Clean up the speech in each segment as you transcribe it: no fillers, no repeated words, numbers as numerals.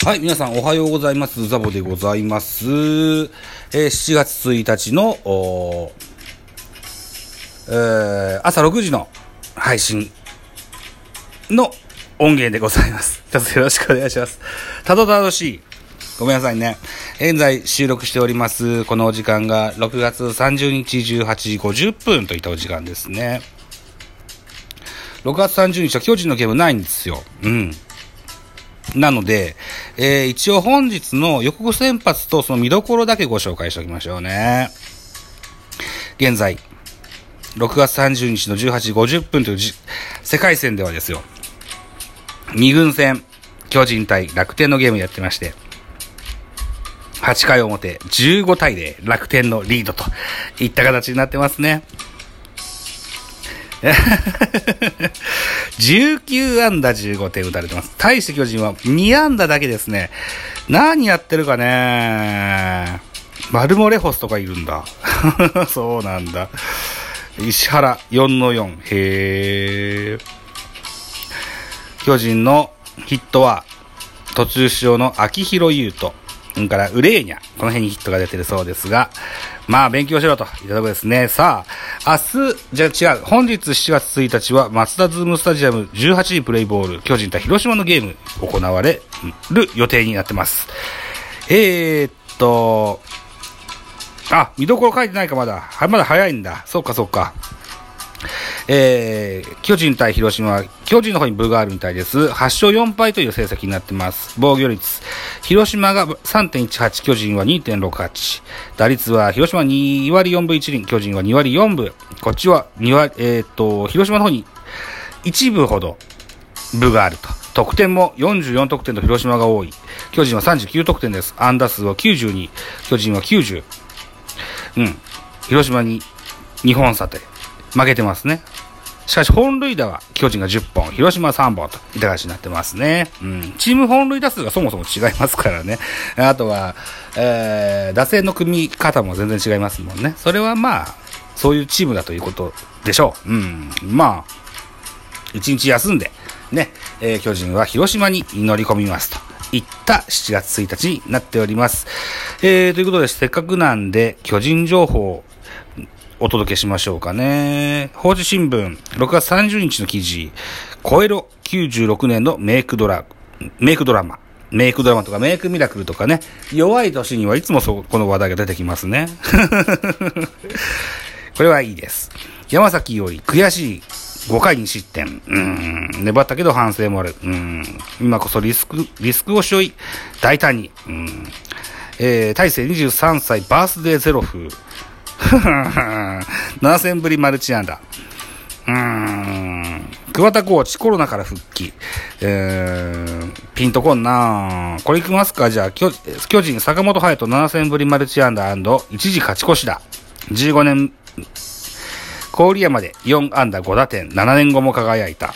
はい、皆さんおはようございます。ザボでございます。7月1日の朝6時の配信の音源でございます。どうぞよろしくお願いします。たどたどしい。ごめんなさいね。現在収録しております。このお時間が6月30日18時50分といったお時間ですね。6月30日は巨人のゲームないんですよ。なので、一応本日の予告先発とその見どころだけご紹介しておきましょうね。現在、6月30日の18時50分という世界戦ではですよ、2軍戦、巨人対楽天のゲームやってまして、8回表、15対0、楽天のリードといった形になってますね。19安打15点打たれてます。対して巨人は2安打だけですね。何やってるかね。マルモレホスとかいるんだ。そうなんだ。石原4-4。へー。巨人のヒットは途中出場の秋広優斗。からウレーニャ。この辺にヒットが出てるそうですが、まあ勉強しろといったところですね。さあ、明日、じゃあ違う。本日7月1日はマツダズームスタジアム18時プレイボール、巨人対広島のゲーム行われる予定になってます。見どころ書いてないかまだ早いんだ。そうか。巨人対広島は巨人の方に分があるみたいです。8勝4敗という成績になってます。防御率広島が 3.18 巨人は 2.68 打率は広島2割4分1厘巨人は2割4分こっちは2割広島の方に1分ほど分があると。得点も44得点と広島が多い。巨人は39得点です。安打数は92巨人は90。広島に2本差で負けてますね。しかし本塁打は巨人が10本、広島は3本といった形になってますね。チーム本塁打数がそもそも違いますからね。あとは、打線の組み方も全然違いますもんね。それはまあそういうチームだということでしょう。まあ1日休んでね、巨人は広島に乗り込みますといった7月1日になっております。ということでせっかくなんで巨人情報をお届けしましょうかね。報知新聞6月30日の記事、超えろ96年のメイクドラマとかメイクミラクルとかね、弱い年にはいつもこの話題が出てきますね。これはいいです。山崎より悔しい5回に失点。粘ったけど反省もある。今こそリスクを背負い大胆に。大勢23歳バースデーゼロ風。7戦ぶりマルチ安打。桑田コーチコロナから復帰。ピンとこんな。これいきますか。じゃあ巨人坂本勇人7戦ぶりマルチ安打&一時勝ち越しだ。15年郡山で4安打5打点7年後も輝いた。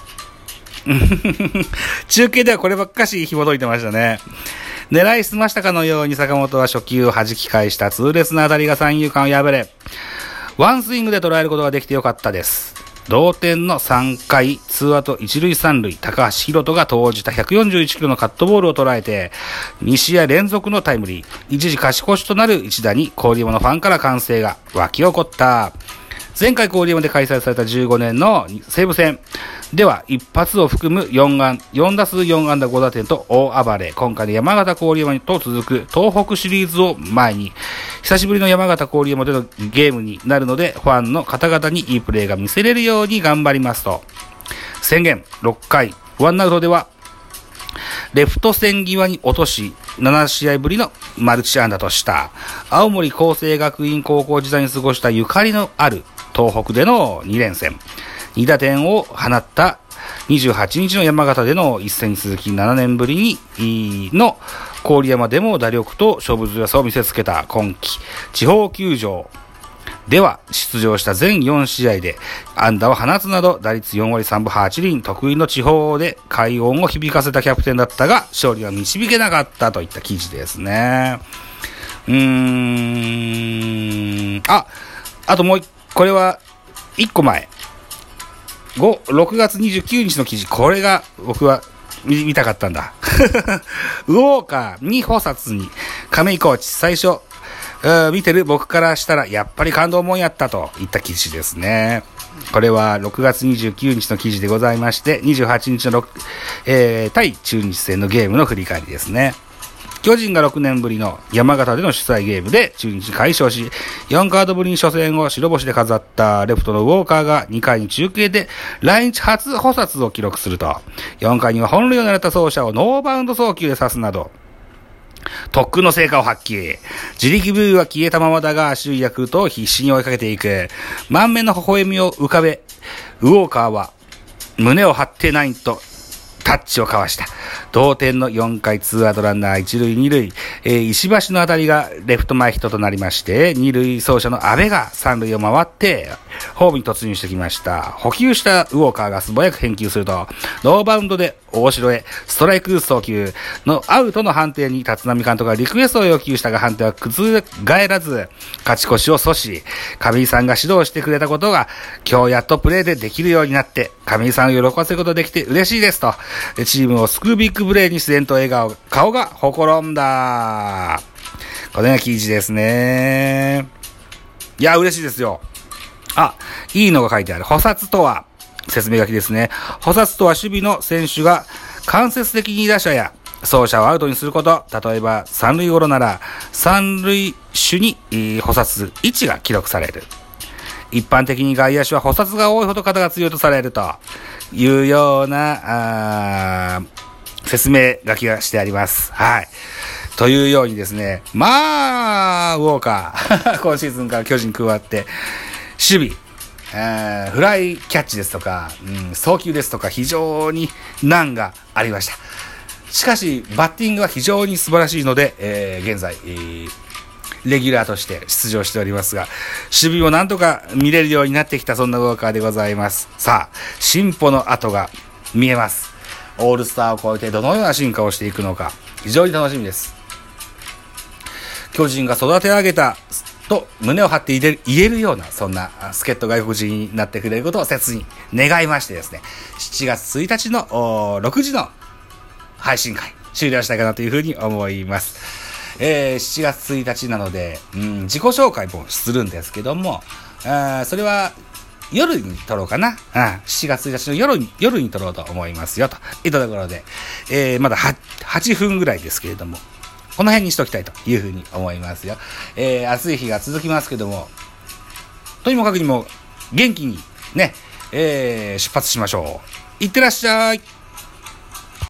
中継ではこればっかし紐解いてましたね。狙いすましたかのように坂本は初球を弾き返した痛烈な当たりが三遊間を破れ、ワンスイングで捉えることができてよかったです。同点の3回、ツーアウト一塁三塁、高橋宏斗が投じた141キロのカットボールを捉えて、2試合連続のタイムリー、一時勝ち越しとなる一打に郡山のファンから歓声が沸き起こった。前回郡山で開催された15年の西武戦では一発を含む4打数4安打5打点と大暴れ。今回の山形郡山と続く東北シリーズを前に久しぶりの山形郡山でのゲームになるのでファンの方々にいいプレーが見せれるように頑張りますと宣言。6回ワンアウトではレフト線際に落とし7試合ぶりのマルチ安打とした青森厚生学院高校時代に過ごしたゆかりのある東北での2連戦2打点を放った28日の山形での一戦に続き7年ぶりにの郡山でも打力と勝負強さを見せつけた今季地方球場では出場した全4試合で安打を放つなど打率4割3分8厘得意の地方で快音を響かせたキャプテンだったが勝利は導けなかったといった記事ですね。あともうこれは1個前6月29日の記事、これが僕は見たかったんだ。ウォーカーに補殺に亀井コーチ、最初、見てる僕からしたらやっぱり感動もんやったといった記事ですね。これは6月29日の記事でございまして、28日の対中日戦のゲームの振り返りですね。巨人が6年ぶりの山形での主催ゲームで中日快勝し、4カードぶりに初戦を白星で飾ったレフトのウォーカーが2回に中継で来日初補殺を記録すると、4回には本塁を狙った走者をノーバウンド送球で刺すなど、特訓の成果を発揮。自力ブーは消えたままだが、首位ヤクルトを必死に追いかけていく。満面の微笑みを浮かべ、ウォーカーは胸を張ってないとタッチを交わした。同点の4回ツーアウトランナー1塁2塁、石橋の当たりがレフト前ヒットとなりまして、2塁走者の阿部が3塁を回ってホームに突入してきました。捕球したウォーカーが素早く返球すると、ノーバウンドで大城へストライク送球のアウトの判定に立浪監督がリクエストを要求したが、判定は覆らず勝ち越しを阻止。上井さんが指導してくれたことが今日やっとプレーでできるようになって、上井さんを喜ばせることができて嬉しいですと、チームを救うビッグプレーに自然と顔がほころんだ。これが記事ですね。いや、嬉しいですよ。いいのが書いてある。補殺とは、説明書きですね。補殺とは守備の選手が間接的に打者や走者をアウトにすること。例えば、三塁ゴロなら、三塁手に補殺する位置が記録される。一般的に外野手は補殺が多いほど肩が強いとされるというような、説明書きがしてあります。はい。というようにですね、ウォーカー、今シーズンから巨人加わって、守備、フライキャッチですとか、送球ですとか、非常に難がありました。しかし、バッティングは非常に素晴らしいので、現在、レギュラーとして出場しておりますが、守備もなんとか見れるようになってきた、そんなウォーカーでございます。さあ、進歩の跡が見えます。オールスターを超えてどのような進化をしていくのか、非常に楽しみです。巨人が育て上げたと胸を張って言えるような、そんな助っ人外国人になってくれることを切に願いましてですね、7月1日の6時の配信会終了したいかなというふうに思います。7月1日なので、自己紹介もするんですけども、それは夜に撮ろうかな。7月1日の夜に撮ろうと思いますよといったところで、まだ8分ぐらいですけれども、この辺にしときたいというふうに思いますよ。暑い日が続きますけども、とにもかくにも元気にね、出発しましょう。いってらっしゃい。